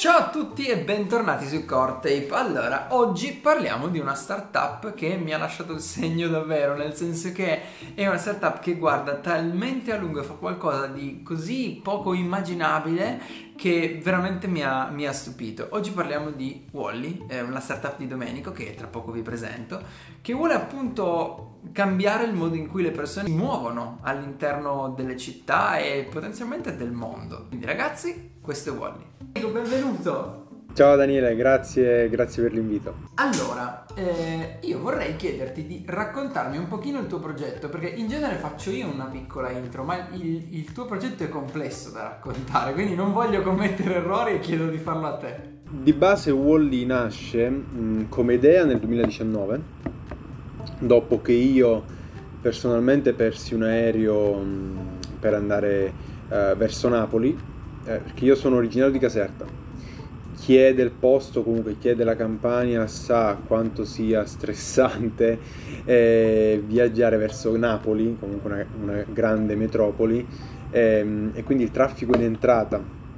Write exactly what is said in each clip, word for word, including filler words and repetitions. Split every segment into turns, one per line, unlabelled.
Ciao a tutti e bentornati su Coretape. Allora, oggi parliamo di una startup che mi ha lasciato il segno davvero, nel senso che è una startup che guarda talmente a lungo e fa qualcosa di così poco immaginabile che veramente mi ha, mi ha stupito. Oggi parliamo di Wally, è una startup di Domenico che tra poco vi presento, che vuole appunto cambiare il modo in cui le persone si muovono all'interno delle città e potenzialmente del mondo. Quindi ragazzi, questo è Wally. Benvenuto!
Ciao Daniele, grazie, grazie per l'invito.
Allora, eh, io vorrei chiederti di raccontarmi un pochino il tuo progetto, perché in genere faccio io una piccola intro, ma il, il tuo progetto è complesso da raccontare, quindi non voglio commettere errori e chiedo di farlo a te.
Di base Wally nasce mh, come idea nel duemiladiciannove, dopo che io personalmente persi un aereo mh, per andare uh, verso Napoli, eh, perché io sono originario di Caserta. Chi è del posto, comunque chi è della Campania, sa quanto sia stressante eh, viaggiare verso Napoli, comunque una, una grande metropoli, ehm, e quindi il traffico in entrata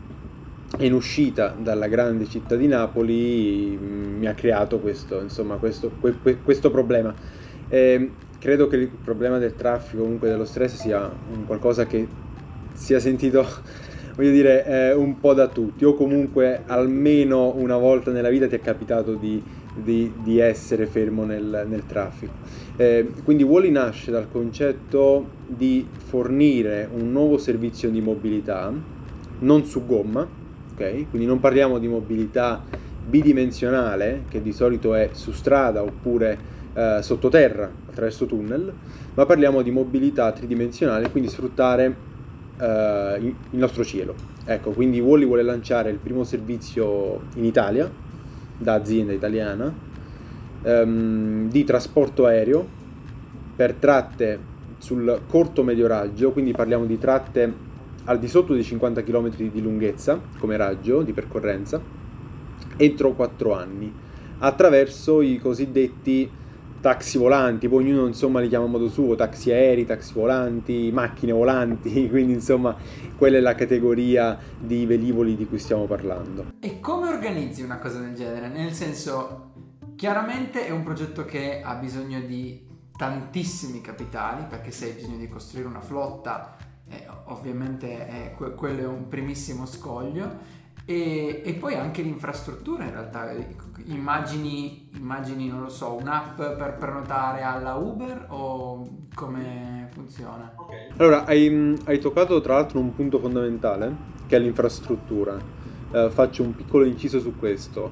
e in uscita dalla grande città di Napoli mh, mi ha creato questo, insomma, questo, que, que, questo problema. Eh, credo che il problema del traffico, comunque dello stress, sia un qualcosa che sia sentito, voglio dire, eh, un po' da tutti, o comunque almeno una volta nella vita ti è capitato di, di, di essere fermo nel, nel traffico. Eh, quindi Wally nasce dal concetto di fornire un nuovo servizio di mobilità, non su gomma, ok? Quindi non parliamo di mobilità bidimensionale, che di solito è su strada oppure eh, sottoterra, attraverso tunnel, ma parliamo di mobilità tridimensionale, quindi sfruttare Uh, il nostro cielo. Ecco, quindi Wally vuole lanciare il primo servizio in Italia, da azienda italiana, um, di trasporto aereo per tratte sul corto medio raggio, quindi parliamo di tratte al di sotto dei cinquanta chilometri di lunghezza come raggio di percorrenza, entro quattro anni, attraverso i cosiddetti taxi volanti, poi ognuno insomma li chiama a modo suo, taxi aerei, taxi volanti, macchine volanti, quindi insomma quella è la categoria di velivoli di cui stiamo parlando.
E come organizzi una cosa del genere? Nel senso, chiaramente è un progetto che ha bisogno di tantissimi capitali, perché se hai bisogno di costruire una flotta, eh, ovviamente è, que- quello è un primissimo scoglio. E, e poi anche l'infrastruttura, in realtà immagini, immagini non lo so, un'app per prenotare alla Uber o come funziona?
Okay. Allora, hai, hai toccato tra l'altro un punto fondamentale che è l'infrastruttura. Uh, faccio un piccolo inciso su questo.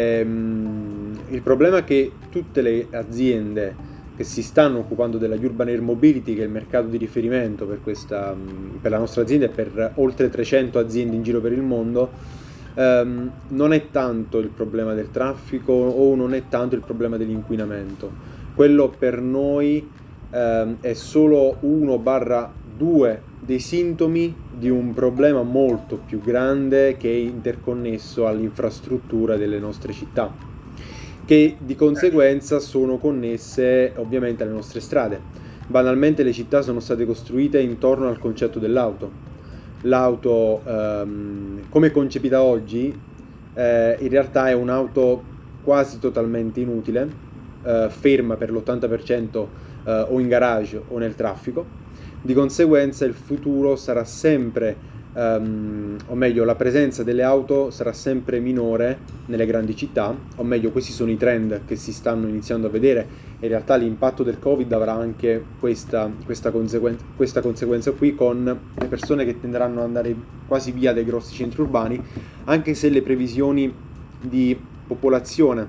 Ehm, il problema è che tutte le aziende che si stanno occupando della Urban Air Mobility, che è il mercato di riferimento per, questa, per la nostra azienda e per oltre trecento aziende in giro per il mondo, ehm, non è tanto il problema del traffico o non è tanto il problema dell'inquinamento. Quello per noi ehm, è solo uno barra due dei sintomi di un problema molto più grande che è interconnesso all'infrastruttura delle nostre città, che di conseguenza sono connesse ovviamente alle nostre strade. Banalmente le città sono state costruite intorno al concetto dell'auto. L'auto, ehm, come concepita oggi, eh, in realtà è un'auto quasi totalmente inutile, eh, ferma per l'ottanta per cento eh, o in garage o nel traffico. Di conseguenza il futuro sarà sempre, Um, o meglio la presenza delle auto sarà sempre minore nelle grandi città, o meglio questi sono i trend che si stanno iniziando a vedere e in realtà l'impatto del Covid avrà anche questa, questa, conseguenza, questa conseguenza qui, con le persone che tenderanno ad andare quasi via dai grossi centri urbani, anche se le previsioni di popolazione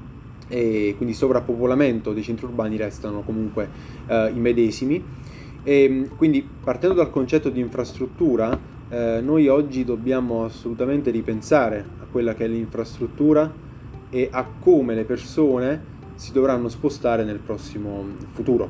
e quindi sovrappopolamento dei centri urbani restano comunque uh, i medesimi. E quindi partendo dal concetto di infrastruttura, Eh, noi oggi dobbiamo assolutamente ripensare a quella che è l'infrastruttura e a come le persone si dovranno spostare nel prossimo futuro.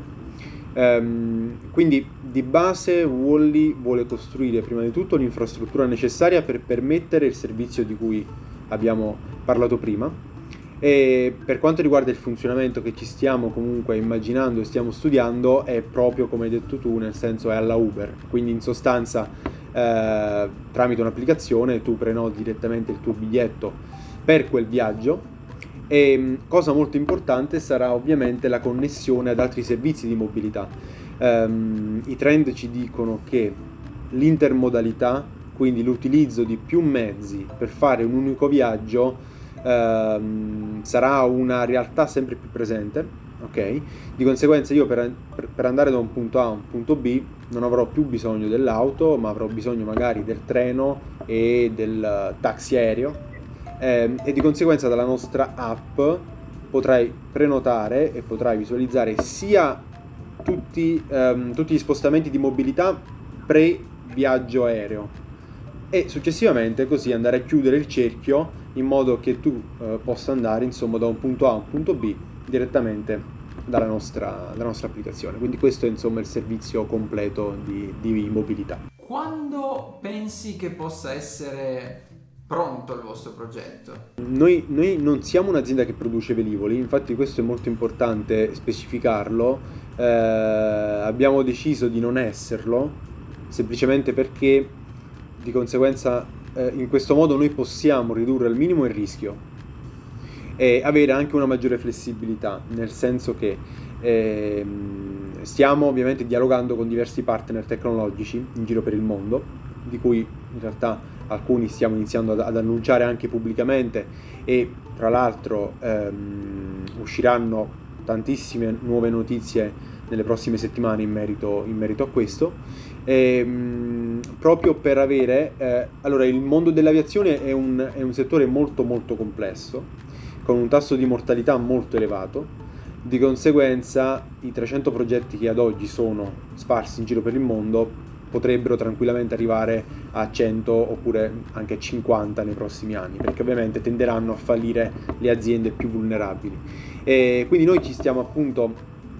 Ehm, quindi di base Wally vuole costruire prima di tutto l'infrastruttura necessaria per permettere il servizio di cui abbiamo parlato prima, e per quanto riguarda il funzionamento che ci stiamo comunque immaginando e stiamo studiando è proprio come hai detto tu, nel senso è alla Uber, quindi in sostanza eh, tramite un'applicazione tu prenoti direttamente il tuo biglietto per quel viaggio. E cosa molto importante sarà ovviamente la connessione ad altri servizi di mobilità. Um, I trend ci dicono che l'intermodalità, quindi l'utilizzo di più mezzi per fare un unico viaggio, um, sarà una realtà sempre più presente, ok? Di conseguenza io per, per andare da un punto A a un punto B non avrò più bisogno dell'auto, ma avrò bisogno magari del treno e del taxi aereo, eh, e di conseguenza dalla nostra app potrai prenotare e potrai visualizzare sia tutti, ehm, tutti gli spostamenti di mobilità pre-viaggio aereo e successivamente così andare a chiudere il cerchio in modo che tu eh, possa andare insomma da un punto A a un punto B direttamente dalla nostra, dalla nostra applicazione. Quindi questo è insomma il servizio completo di, di mobilità.
Quando pensi che possa essere pronto il vostro progetto?
Noi, noi non siamo un'azienda che produce velivoli, infatti questo è molto importante specificarlo. Eh, abbiamo deciso di non esserlo semplicemente perché di conseguenza eh, in questo modo noi possiamo ridurre al minimo il rischio e avere anche una maggiore flessibilità, nel senso che eh, stiamo ovviamente dialogando con diversi partner tecnologici in giro per il mondo, di cui in realtà alcuni stiamo iniziando ad, ad annunciare anche pubblicamente e tra l'altro ehm, usciranno tantissime nuove notizie nelle prossime settimane in merito, in merito a questo, e, mh, proprio per avere eh, allora il mondo dell'aviazione è un, è un settore molto molto complesso con un tasso di mortalità molto elevato. Di conseguenza i trecento progetti che ad oggi sono sparsi in giro per il mondo potrebbero tranquillamente arrivare a cento oppure anche cinquanta nei prossimi anni, perché ovviamente tenderanno a fallire le aziende più vulnerabili. E quindi noi ci stiamo appunto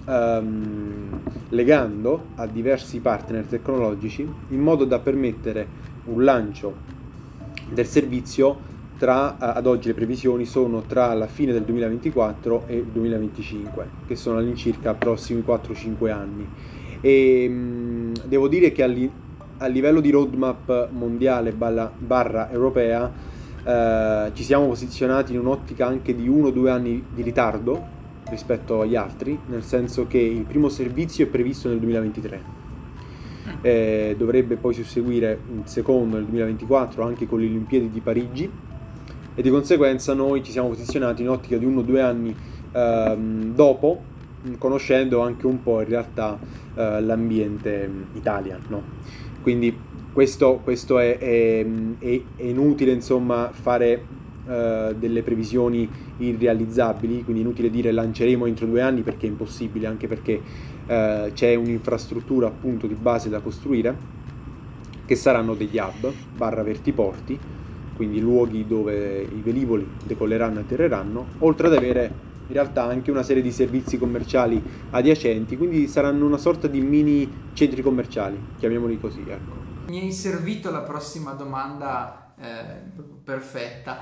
um, legando a diversi partner tecnologici in modo da permettere un lancio del servizio tra, ad oggi le previsioni sono tra la fine del duemilaventiquattro e il duemilaventicinque, che sono all'incirca prossimi quattro cinque anni. E mh, devo dire che alli, a livello di roadmap mondiale barra, barra europea eh, ci siamo posizionati in un'ottica anche di uno o due anni di ritardo rispetto agli altri, nel senso che il primo servizio è previsto nel duemilaventitré. Eh, dovrebbe poi susseguire il secondo nel duemilaventiquattro anche con le Olimpiadi di Parigi e di conseguenza noi ci siamo posizionati in ottica di uno o due anni ehm, dopo, conoscendo anche un po' in realtà eh, l'ambiente Italia, no? Quindi questo, questo è, è, è, è inutile insomma fare eh, delle previsioni irrealizzabili, quindi è inutile dire lanceremo entro due anni perché è impossibile, anche perché eh, c'è un'infrastruttura appunto di base da costruire che saranno degli hub barra vertiporti, quindi luoghi dove i velivoli decolleranno e atterreranno, oltre ad avere in realtà anche una serie di servizi commerciali adiacenti, quindi saranno una sorta di mini centri commerciali, chiamiamoli così, ecco.
Mi hai servito la prossima domanda eh, perfetta.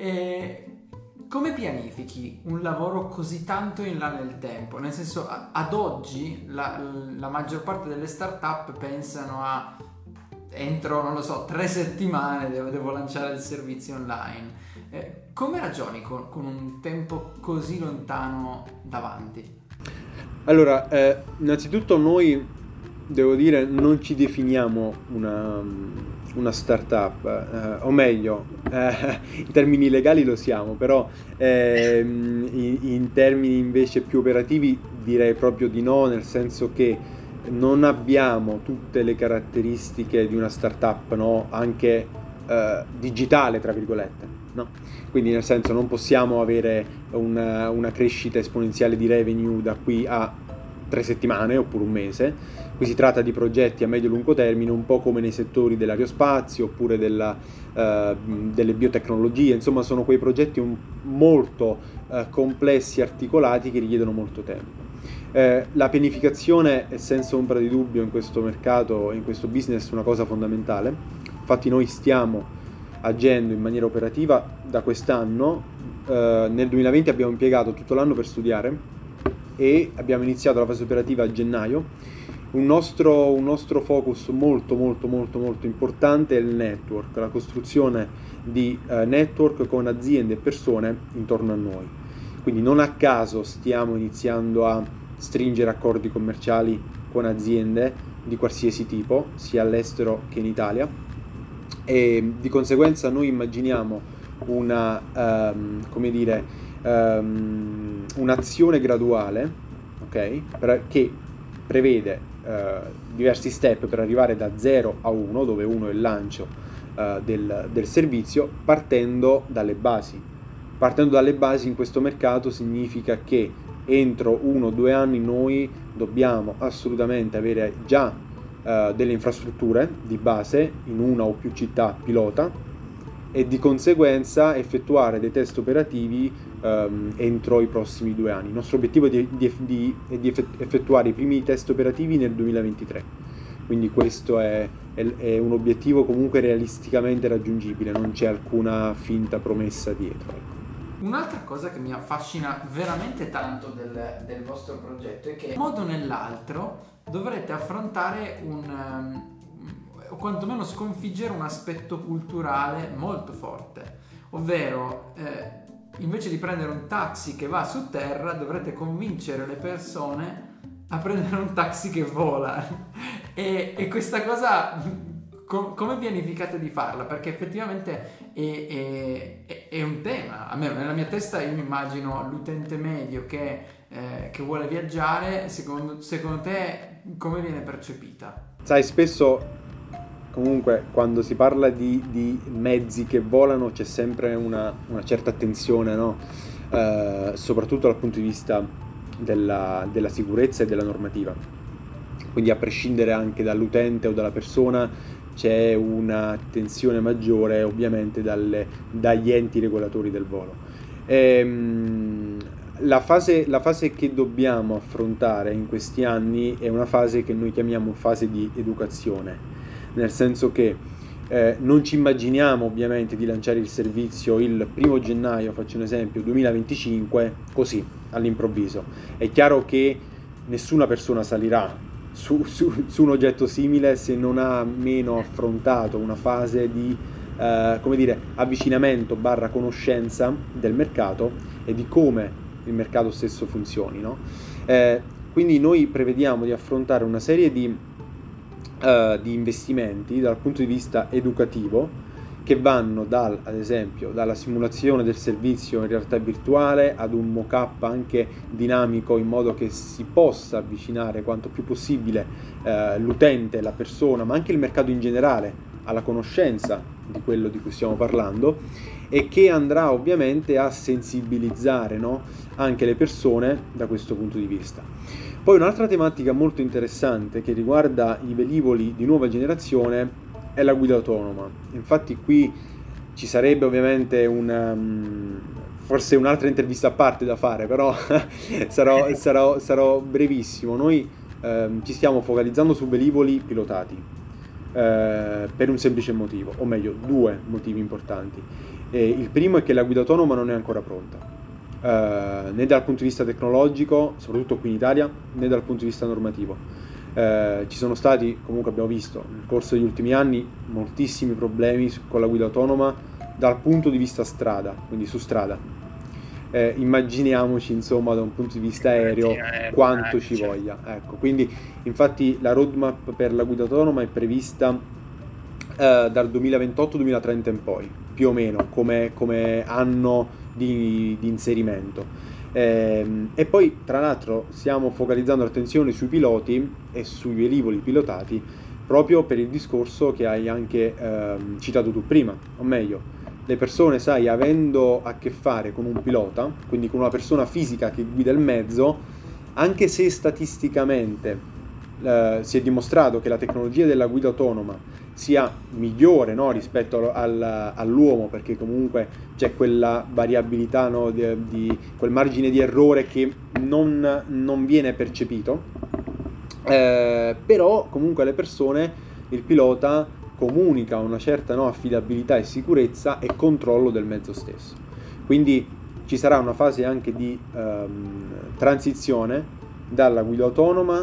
E come pianifichi un lavoro così tanto in là nel tempo? Nel senso, ad oggi la, la maggior parte delle start-up pensano a entro, non lo so, tre settimane devo, devo lanciare il servizio online. Eh, come ragioni con, con un tempo così lontano davanti?
Allora, eh, innanzitutto noi, devo dire, non ci definiamo una, una startup, eh, o meglio, eh, in termini legali lo siamo, però eh, in, in termini invece più operativi direi proprio di no, nel senso che non abbiamo tutte le caratteristiche di una startup, no? Anche eh, digitale, tra virgolette, no? Quindi nel senso non possiamo avere una, una crescita esponenziale di revenue da qui a tre settimane oppure un mese. Qui si tratta di progetti a medio-lungo termine, un po' come nei settori dell'aerospazio oppure della, eh, delle biotecnologie, insomma sono quei progetti un, molto eh, complessi e articolati che richiedono molto tempo. Eh, la pianificazione è senza ombra di dubbio in questo mercato, in questo business, una cosa fondamentale. Infatti noi stiamo agendo in maniera operativa da quest'anno. Eh, nel duemilaventi abbiamo impiegato tutto l'anno per studiare e abbiamo iniziato la fase operativa a gennaio. un nostro, un nostro focus molto molto molto molto importante è il network, la costruzione di uh, network con aziende e persone intorno a noi. Quindi non a caso stiamo iniziando a stringere accordi commerciali con aziende di qualsiasi tipo, sia all'estero che in Italia, e di conseguenza noi immaginiamo una, um, come dire, um, un'azione graduale, ok? Per, che prevede uh, diversi step per arrivare da zero a uno, dove uno è il lancio uh, del, del servizio, partendo dalle basi. Partendo dalle basi in questo mercato significa che entro uno o due anni noi dobbiamo assolutamente avere già uh, delle infrastrutture di base in una o più città pilota e di conseguenza effettuare dei test operativi um, entro i prossimi due anni. Il nostro obiettivo è di, di, di, è di effettuare i primi test operativi nel duemilaventitré, quindi questo è, è, è un obiettivo comunque realisticamente raggiungibile, non c'è alcuna finta promessa dietro, ecco.
Un'altra cosa che mi affascina veramente tanto del, del vostro progetto è che in un modo o nell'altro dovrete affrontare un, um, o quantomeno sconfiggere un aspetto culturale molto forte, ovvero eh, invece di prendere un taxi che va su terra dovrete convincere le persone a prendere un taxi che vola e, e questa cosa... come pianificate di farla? Perché effettivamente è, è, è un tema. A me, nella mia testa io mi immagino l'utente medio che, eh, che vuole viaggiare. Secondo, secondo te come viene percepita?
Sai, spesso comunque quando si parla di, di mezzi che volano c'è sempre una, una certa attenzione, no? Eh, soprattutto dal punto di vista della, della sicurezza e della normativa. Quindi a prescindere anche dall'utente o dalla persona c'è un'attenzione maggiore ovviamente dalle, dagli enti regolatori del volo. Ehm, la, fase, la fase che dobbiamo affrontare in questi anni è una fase che noi chiamiamo fase di educazione, nel senso che eh, non ci immaginiamo ovviamente di lanciare il servizio il primo gennaio, faccio un esempio, duemilaventicinque, così, all'improvviso. È chiaro che nessuna persona salirà Su, su, su un oggetto simile se non ha meno affrontato una fase di eh, come dire, avvicinamento barra conoscenza del mercato e di come il mercato stesso funzioni, no? Eh, quindi noi prevediamo di affrontare una serie di, uh, di investimenti dal punto di vista educativo che vanno dal, ad esempio, dalla simulazione del servizio in realtà virtuale ad un mock-up anche dinamico in modo che si possa avvicinare quanto più possibile eh, l'utente, la persona, ma anche il mercato in generale alla conoscenza di quello di cui stiamo parlando e che andrà ovviamente a sensibilizzare, no, anche le persone da questo punto di vista. Poi un'altra tematica molto interessante che riguarda i velivoli di nuova generazione è la guida autonoma. Infatti qui ci sarebbe ovviamente una, forse un'altra intervista a parte da fare, però sarò, sarò, sarò brevissimo. Noi eh, ci stiamo focalizzando su velivoli pilotati eh, per un semplice motivo, o meglio due motivi importanti. E il primo è che la guida autonoma non è ancora pronta, eh, né dal punto di vista tecnologico, soprattutto qui in Italia, né dal punto di vista normativo. Eh, ci sono stati, comunque abbiamo visto nel corso degli ultimi anni, moltissimi problemi con la guida autonoma dal punto di vista strada, quindi su strada. Eh, immaginiamoci insomma da un punto di vista aereo quanto ci voglia. Ecco, quindi infatti la roadmap per la guida autonoma è prevista eh, dal duemilaventotto duemilatrenta in poi, più o meno come, come anno di, di inserimento. Eh, e poi tra l'altro stiamo focalizzando l'attenzione sui piloti e sui velivoli pilotati proprio per il discorso che hai anche eh, citato tu prima, o meglio, le persone, sai, avendo a che fare con un pilota, quindi con una persona fisica che guida il mezzo, anche se statisticamente eh, si è dimostrato che la tecnologia della guida autonoma sia migliore, no, rispetto al, all'uomo, perché comunque c'è quella variabilità, no, di, di quel margine di errore che non, non viene percepito, eh, però comunque alle persone il pilota comunica una certa, no, affidabilità e sicurezza e controllo del mezzo stesso. Quindi ci sarà una fase anche di um, transizione dalla guida autonoma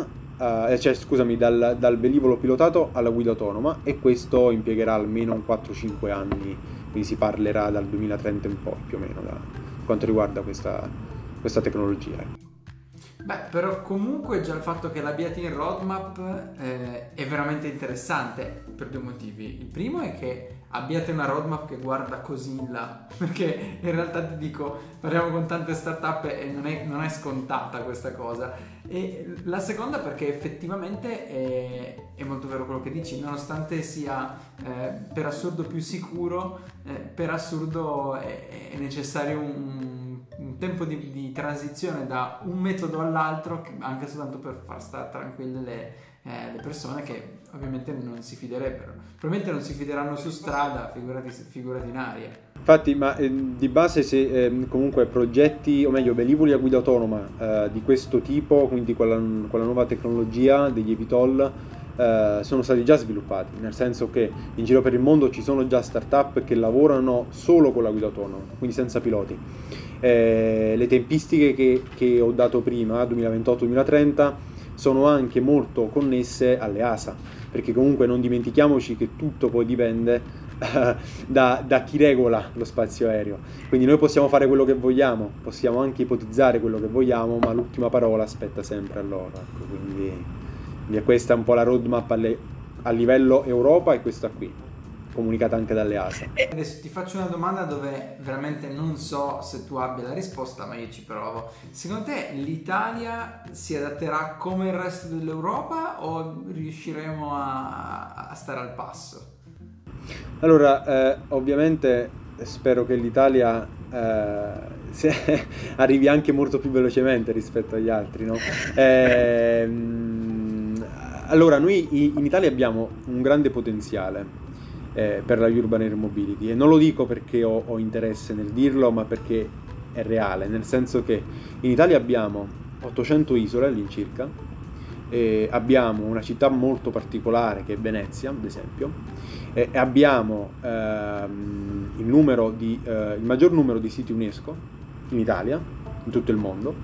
guida, uh, cioè scusami, dal, dal velivolo pilotato alla guida autonoma, e questo impiegherà almeno un quattro cinque anni, quindi si parlerà dal duemilatrenta in poi più o meno da quanto riguarda questa, questa tecnologia.
Beh, però comunque già il fatto che l'abbiate in roadmap eh, è veramente interessante per due motivi. Il primo è che abbiate una roadmap che guarda così in là, perché in realtà ti dico, parliamo con tante startup e non è, non è scontata questa cosa. E la seconda perché effettivamente è, è molto vero quello che dici, nonostante sia eh, per assurdo più sicuro, eh, per assurdo è, è necessario un, un tempo di, di transizione da un metodo all'altro, anche soltanto per far stare tranquille le, eh, le persone che ovviamente non si fiderebbero. Probabilmente non si fideranno su strada, figurati, figurati in aria.
Infatti, ma eh, di base se eh, comunque progetti, o meglio velivoli a guida autonoma eh, di questo tipo, quindi con la, con la nuova tecnologia degli eVTOL, eh, sono stati già sviluppati, nel senso che in giro per il mondo ci sono già startup che lavorano solo con la guida autonoma, quindi senza piloti. Eh, le tempistiche che, che ho dato prima, duemilaventotto duemilatrenta, sono anche molto connesse alle A S A, perché comunque non dimentichiamoci che tutto poi dipende Da, da chi regola lo spazio aereo. Quindi noi possiamo fare quello che vogliamo, possiamo anche ipotizzare quello che vogliamo, ma l'ultima parola spetta sempre a loro. Ecco, quindi, quindi questa è un po' la roadmap alle, a livello Europa, e questa qui, comunicata anche dalle A S A.
Adesso ti faccio una domanda dove veramente non so se tu abbia la risposta, ma io ci provo. Secondo te l'Italia si adatterà come il resto dell'Europa o riusciremo a, a stare al passo?
Allora, eh, ovviamente spero che l'Italia eh, arrivi anche molto più velocemente rispetto agli altri, no? Eh, allora, noi in Italia abbiamo un grande potenziale eh, per la Urban Air Mobility, e non lo dico perché ho, ho interesse nel dirlo, ma perché è reale, nel senso che in Italia abbiamo ottocento isole all'incirca, eh, abbiamo una città molto particolare che è Venezia, ad esempio, e abbiamo ehm, il, numero di, eh, il maggior numero di siti UNESCO in Italia, in tutto il mondo,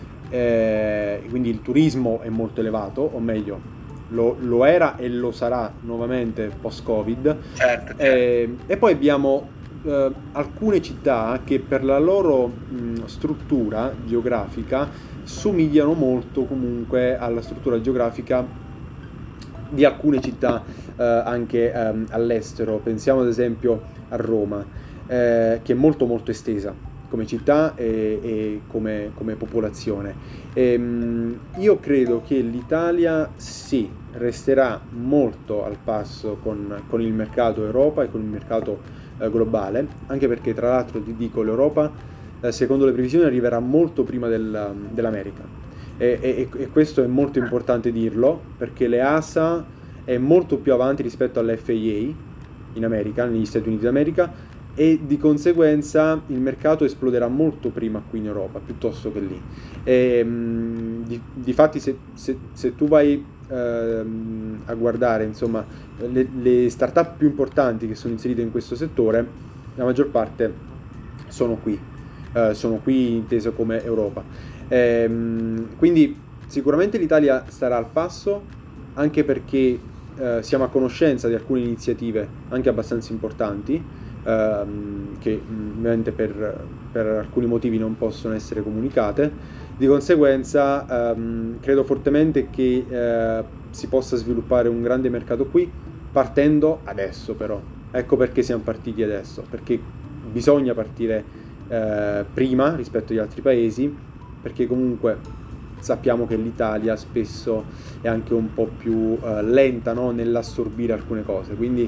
eh, quindi il turismo è molto elevato, o meglio lo, lo era e lo sarà nuovamente post-Covid.
Certo, certo.
Eh, e poi abbiamo eh, alcune città che per la loro mh, struttura geografica somigliano molto comunque alla struttura geografica di alcune città eh, anche ehm, all'estero. Pensiamo ad esempio a Roma, eh, che è molto molto estesa come città e, e come, come popolazione. E, mh, io credo che l'Italia sì, resterà molto al passo con, con il mercato Europa e con il mercato eh, globale, anche perché tra l'altro ti dico, l'Europa eh, secondo le previsioni arriverà molto prima del, dell'America. E, e, e questo è molto importante dirlo, perché le A S A è molto più avanti rispetto all'F A A in America, negli Stati Uniti d'America, e di conseguenza il mercato esploderà molto prima qui in Europa piuttosto che lì. E, mh, di, difatti se, se, se tu vai ehm, a guardare insomma le, le start-up più importanti che sono inserite in questo settore, la maggior parte sono qui, eh, sono qui inteso come Europa. Ehm, quindi sicuramente l'Italia starà al passo, anche perché eh, siamo a conoscenza di alcune iniziative anche abbastanza importanti, ehm, che ovviamente per, per alcuni motivi non possono essere comunicate. Di conseguenza ehm, credo fortemente che eh, si possa sviluppare un grande mercato qui, partendo adesso però. Ecco perché siamo partiti adesso, perché bisogna partire eh, prima rispetto agli altri paesi, perché comunque sappiamo che l'Italia spesso è anche un po' più eh, lenta, no? Nell'assorbire alcune cose, quindi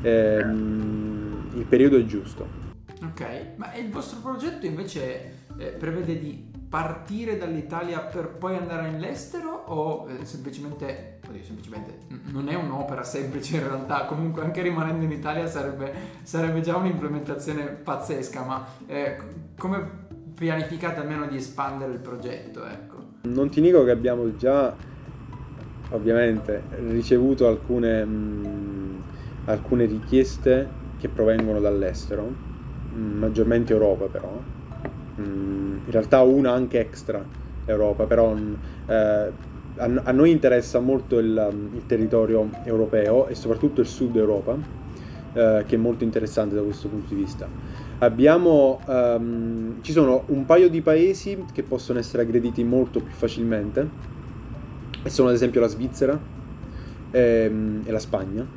ehm, il periodo è giusto.
Ok, ma il vostro progetto invece eh, prevede di partire dall'Italia per poi andare all'estero o eh, semplicemente, oddio, semplicemente n- non è un'opera semplice in realtà, comunque anche rimanendo in Italia sarebbe, sarebbe già un'implementazione pazzesca, ma eh, come pianificate almeno di espandere il progetto, ecco?
Non ti nego che abbiamo già ovviamente ricevuto alcune, mh, alcune richieste che provengono dall'estero, mh, maggiormente Europa però, mh, in realtà una anche extra Europa, però mh, eh, a, a noi interessa molto il, il territorio europeo e soprattutto il sud Europa, eh, che è molto interessante da questo punto di vista. Abbiamo, um, ci sono un paio di paesi che possono essere aggrediti molto più facilmente, e sono ad esempio la Svizzera ehm, e la Spagna,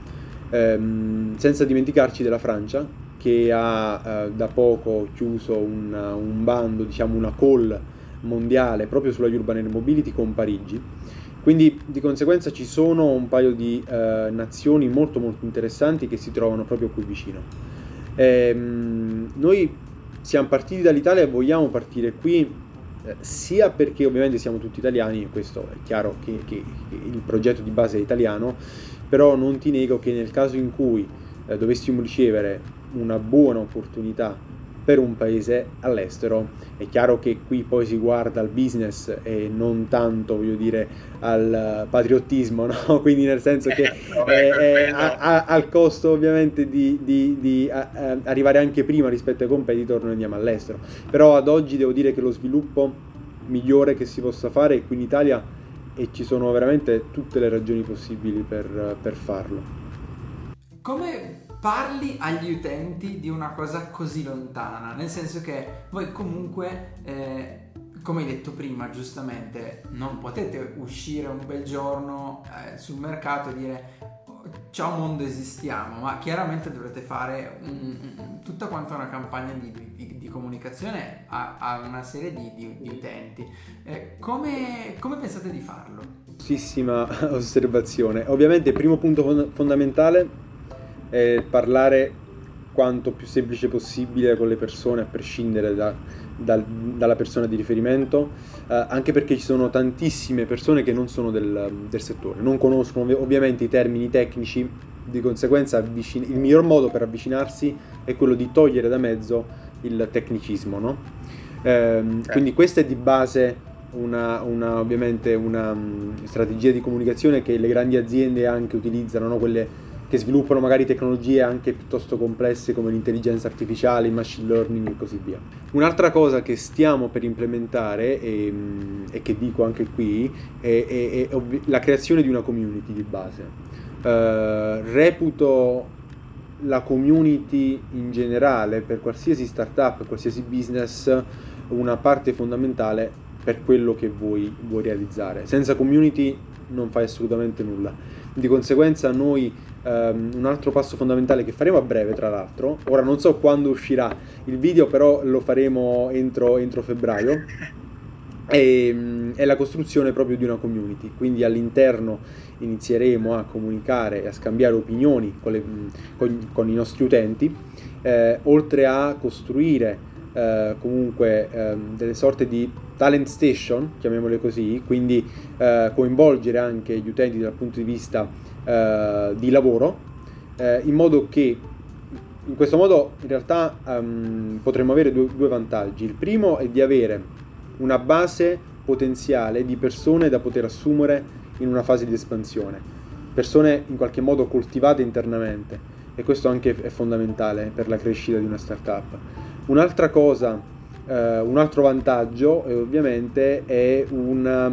ehm, senza dimenticarci della Francia, che ha eh, da poco chiuso un, un bando, diciamo una call mondiale proprio sulla Urban Air Mobility con Parigi. Quindi di conseguenza ci sono un paio di eh, nazioni molto molto interessanti che si trovano proprio qui vicino. Ehm, noi siamo partiti dall'Italia e vogliamo partire qui eh, sia perché ovviamente siamo tutti italiani, questo è chiaro che, che, che il progetto di base è italiano, però non ti nego che nel caso in cui eh, dovessimo ricevere una buona opportunità per un paese all'estero, è chiaro che qui poi si guarda al business e non tanto, voglio dire, al patriottismo, no? Quindi nel senso che eh, ha al costo ovviamente di, di, di a, a arrivare anche prima rispetto ai competitor, noi andiamo all'estero. Però ad oggi devo dire che lo sviluppo migliore che si possa fare è qui in Italia e ci sono veramente tutte le ragioni possibili per, per farlo.
Come parli agli utenti di una cosa così lontana? Nel senso che voi comunque, eh, come hai detto prima giustamente, non potete uscire un bel giorno eh, sul mercato e dire ciao mondo, esistiamo, ma chiaramente dovrete fare un, un, tutta quanta una campagna di, di, di comunicazione a, a una serie di, di, di utenti. Eh, come, come pensate di farlo?
Giustissima osservazione. Ovviamente il primo punto fond- fondamentale è parlare quanto più semplice possibile con le persone, a prescindere da, da, dalla persona di riferimento, eh, anche perché ci sono tantissime persone che non sono del, del settore, non conoscono ov- ovviamente i termini tecnici, di conseguenza avvicin- il miglior modo per avvicinarsi è quello di togliere da mezzo il tecnicismo, no? Ehm, quindi questa è di base una, una ovviamente una um, strategia di comunicazione che le grandi aziende anche utilizzano, no? Quelle che sviluppano magari tecnologie anche piuttosto complesse come l'intelligenza artificiale, il machine learning e così via. Un'altra cosa che stiamo per implementare e, e che dico anche qui è, è, è ovvi- la creazione di una community di base. Uh, reputo la community in generale per qualsiasi startup, qualsiasi business, una parte fondamentale per quello che vuoi, vuoi realizzare. Senza community non fai assolutamente nulla. Di conseguenza noi Um, un altro passo fondamentale che faremo a breve, tra l'altro, ora non so quando uscirà il video, però lo faremo entro, entro febbraio, è, è la costruzione proprio di una community. Quindi all'interno inizieremo a comunicare e a scambiare opinioni con, le, con, con i nostri utenti, eh, oltre a costruire eh, comunque eh, delle sorte di talent station, chiamiamole così, quindi eh, coinvolgere anche gli utenti dal punto di vista Uh, di lavoro, uh, in modo che in questo modo in realtà um, potremmo avere due, due vantaggi. Il primo è di avere una base potenziale di persone da poter assumere in una fase di espansione, persone in qualche modo coltivate internamente, e questo anche è fondamentale per la crescita di una startup. Un'altra cosa, uh, un altro vantaggio eh, ovviamente è una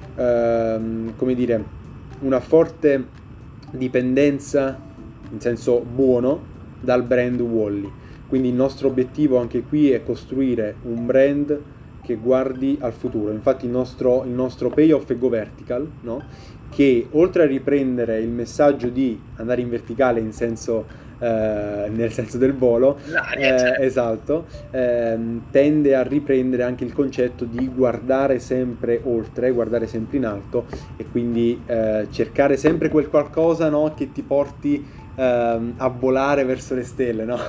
uh, come dire una forte dipendenza in senso buono dal brand Wall-E. Quindi il nostro obiettivo anche qui è costruire un brand che guardi al futuro. Infatti il nostro, il nostro payoff è Go Vertical, no? Che oltre a riprendere il messaggio di andare in verticale in senso eh, nel senso del volo, eh, esatto, ehm, tende a riprendere anche il concetto di guardare sempre oltre, guardare sempre in alto, e quindi eh, cercare sempre quel qualcosa, no, che ti porti ehm, a volare verso le stelle, no?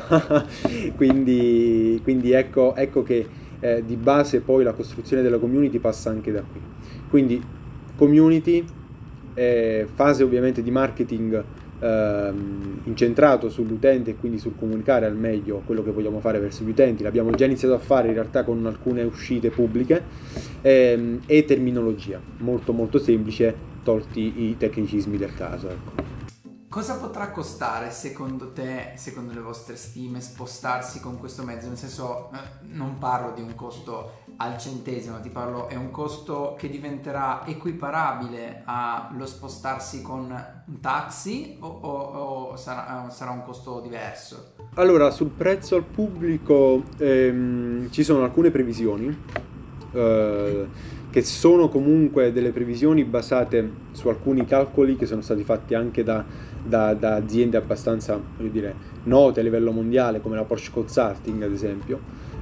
quindi, quindi ecco, ecco che eh, di base poi la costruzione della community passa anche da qui. Quindi community, eh, fase ovviamente di marketing ehm, incentrato sull'utente e quindi sul comunicare al meglio quello che vogliamo fare verso gli utenti. L'abbiamo già iniziato a fare in realtà con alcune uscite pubbliche, ehm, e terminologia molto molto semplice, tolti i tecnicismi del caso, ecco.
cosa potrà costare secondo te, secondo le vostre stime, spostarsi con questo mezzo? Nel senso, eh, non parlo di un costo al centesimo, ti parlo, è un costo che diventerà equiparabile allo spostarsi con un taxi o, o, o sarà, sarà un costo diverso?
Allora, sul prezzo al pubblico ehm, ci sono alcune previsioni eh, che sono comunque delle previsioni basate su alcuni calcoli che sono stati fatti anche da, da, da aziende abbastanza, voglio dire, note a livello mondiale, come la Porsche Consulting ad esempio,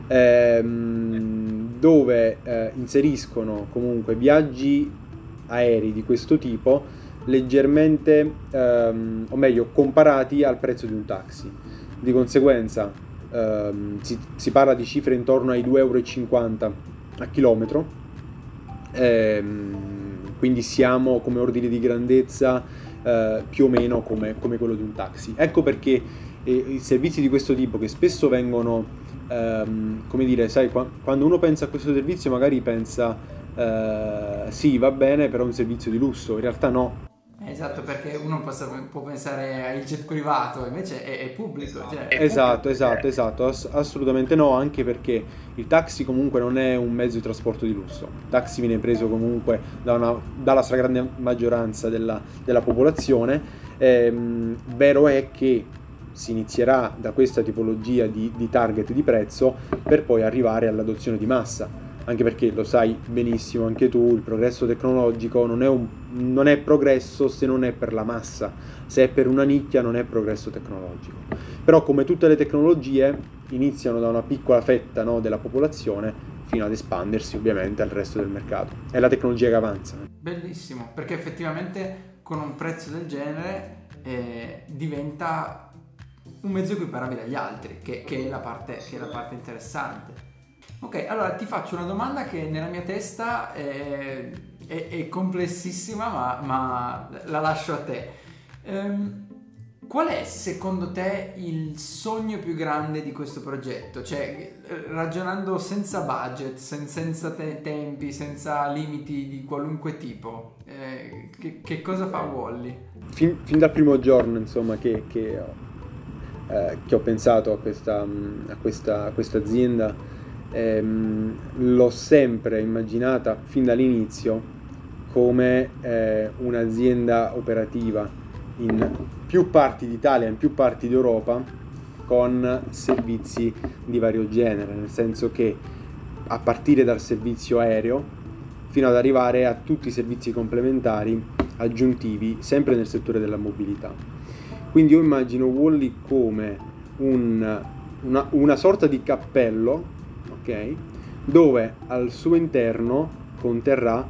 ehm, dove eh, inseriscono comunque viaggi aerei di questo tipo leggermente, ehm, o meglio, comparati al prezzo di un taxi. Di conseguenza ehm, si, si parla di cifre intorno ai due euro e cinquanta a chilometro, ehm, quindi siamo come ordine di grandezza eh, più o meno come, come quello di un taxi. Ecco perché eh, i servizi di questo tipo, che spesso vengono, ehm, come dire, sai, qua, quando uno pensa a questo servizio magari pensa eh, sì, va bene, però è un servizio di lusso, in realtà no.
Esatto, perché uno può, può pensare al jet privato, invece è, è pubblico. Cioè, è
Esatto,
pubblico.
esatto, esatto, ass- assolutamente no, anche perché il taxi comunque non è un mezzo di trasporto di lusso. Il taxi viene preso comunque da una, dalla stragrande maggioranza della, della popolazione. Ehm, vero è che si inizierà da questa tipologia di, di target di prezzo per poi arrivare all'adozione di massa. Anche perché lo sai benissimo anche tu, il progresso tecnologico non è, un, non è progresso se non è per la massa, se è per una nicchia non è progresso tecnologico. Però come tutte le tecnologie iniziano da una piccola fetta, no, della popolazione fino ad espandersi ovviamente al resto del mercato. È la tecnologia che avanza.
Bellissimo, perché effettivamente con un prezzo del genere eh, diventa un mezzo equiparabile agli altri, che, che, è la parte, che è la parte interessante. Ok, allora ti faccio una domanda che nella mia testa è, è, è complessissima, ma, ma la lascio a te. Ehm, qual è secondo te il sogno più grande di questo progetto? Cioè, ragionando senza budget, sen- senza te- tempi, senza limiti di qualunque tipo, eh, che, che cosa fa Wall-E?
Fin, fin dal primo giorno, insomma, che, che, ho, eh, che ho pensato a questa, a questa, a questa azienda, ehm, l'ho sempre immaginata fin dall'inizio come eh, un'azienda operativa in più parti d'Italia, in più parti d'Europa, con servizi di vario genere, nel senso che a partire dal servizio aereo fino ad arrivare a tutti i servizi complementari aggiuntivi, sempre nel settore della mobilità. Quindi io immagino Wall-E come un, una, una sorta di cappello, ok, dove al suo interno conterrà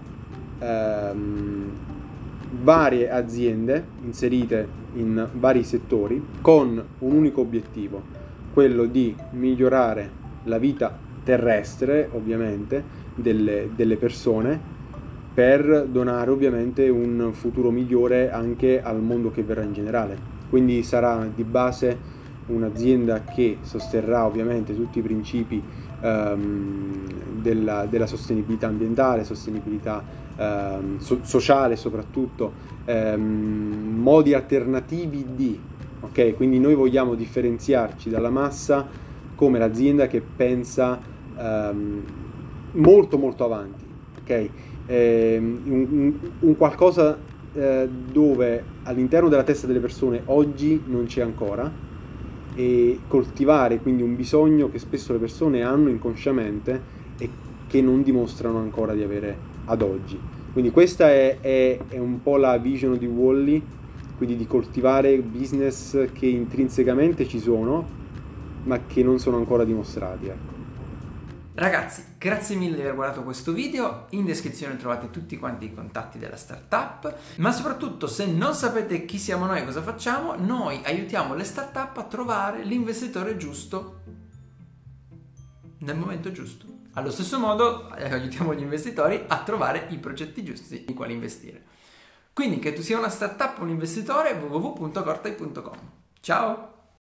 ehm, varie aziende inserite in vari settori con un unico obiettivo, quello di migliorare la vita terrestre, ovviamente, delle, delle persone, per donare ovviamente un futuro migliore anche al mondo che verrà in generale. Quindi sarà di base un'azienda che sosterrà ovviamente tutti i principi um, della, della sostenibilità ambientale, sostenibilità um, so- sociale soprattutto, um, modi alternativi di, ok? Quindi noi vogliamo differenziarci dalla massa come l'azienda che pensa um, molto molto avanti, ok? Eh, un, un qualcosa eh, dove all'interno della testa delle persone oggi non c'è ancora, e coltivare quindi un bisogno che spesso le persone hanno inconsciamente e che non dimostrano ancora di avere ad oggi. Quindi questa è, è, è un po' la vision di Wall-E, quindi di coltivare business che intrinsecamente ci sono ma che non sono ancora dimostrati, ecco.
Ragazzi, grazie mille di aver guardato questo video, in descrizione trovate tutti quanti i contatti della startup, ma soprattutto se non sapete chi siamo noi e cosa facciamo, noi aiutiamo le startup a trovare l'investitore giusto nel momento giusto. Allo stesso modo aiutiamo gli investitori a trovare i progetti giusti in quali investire. Quindi che tu sia una startup o un investitore, w w w punto cortai punto com. Ciao!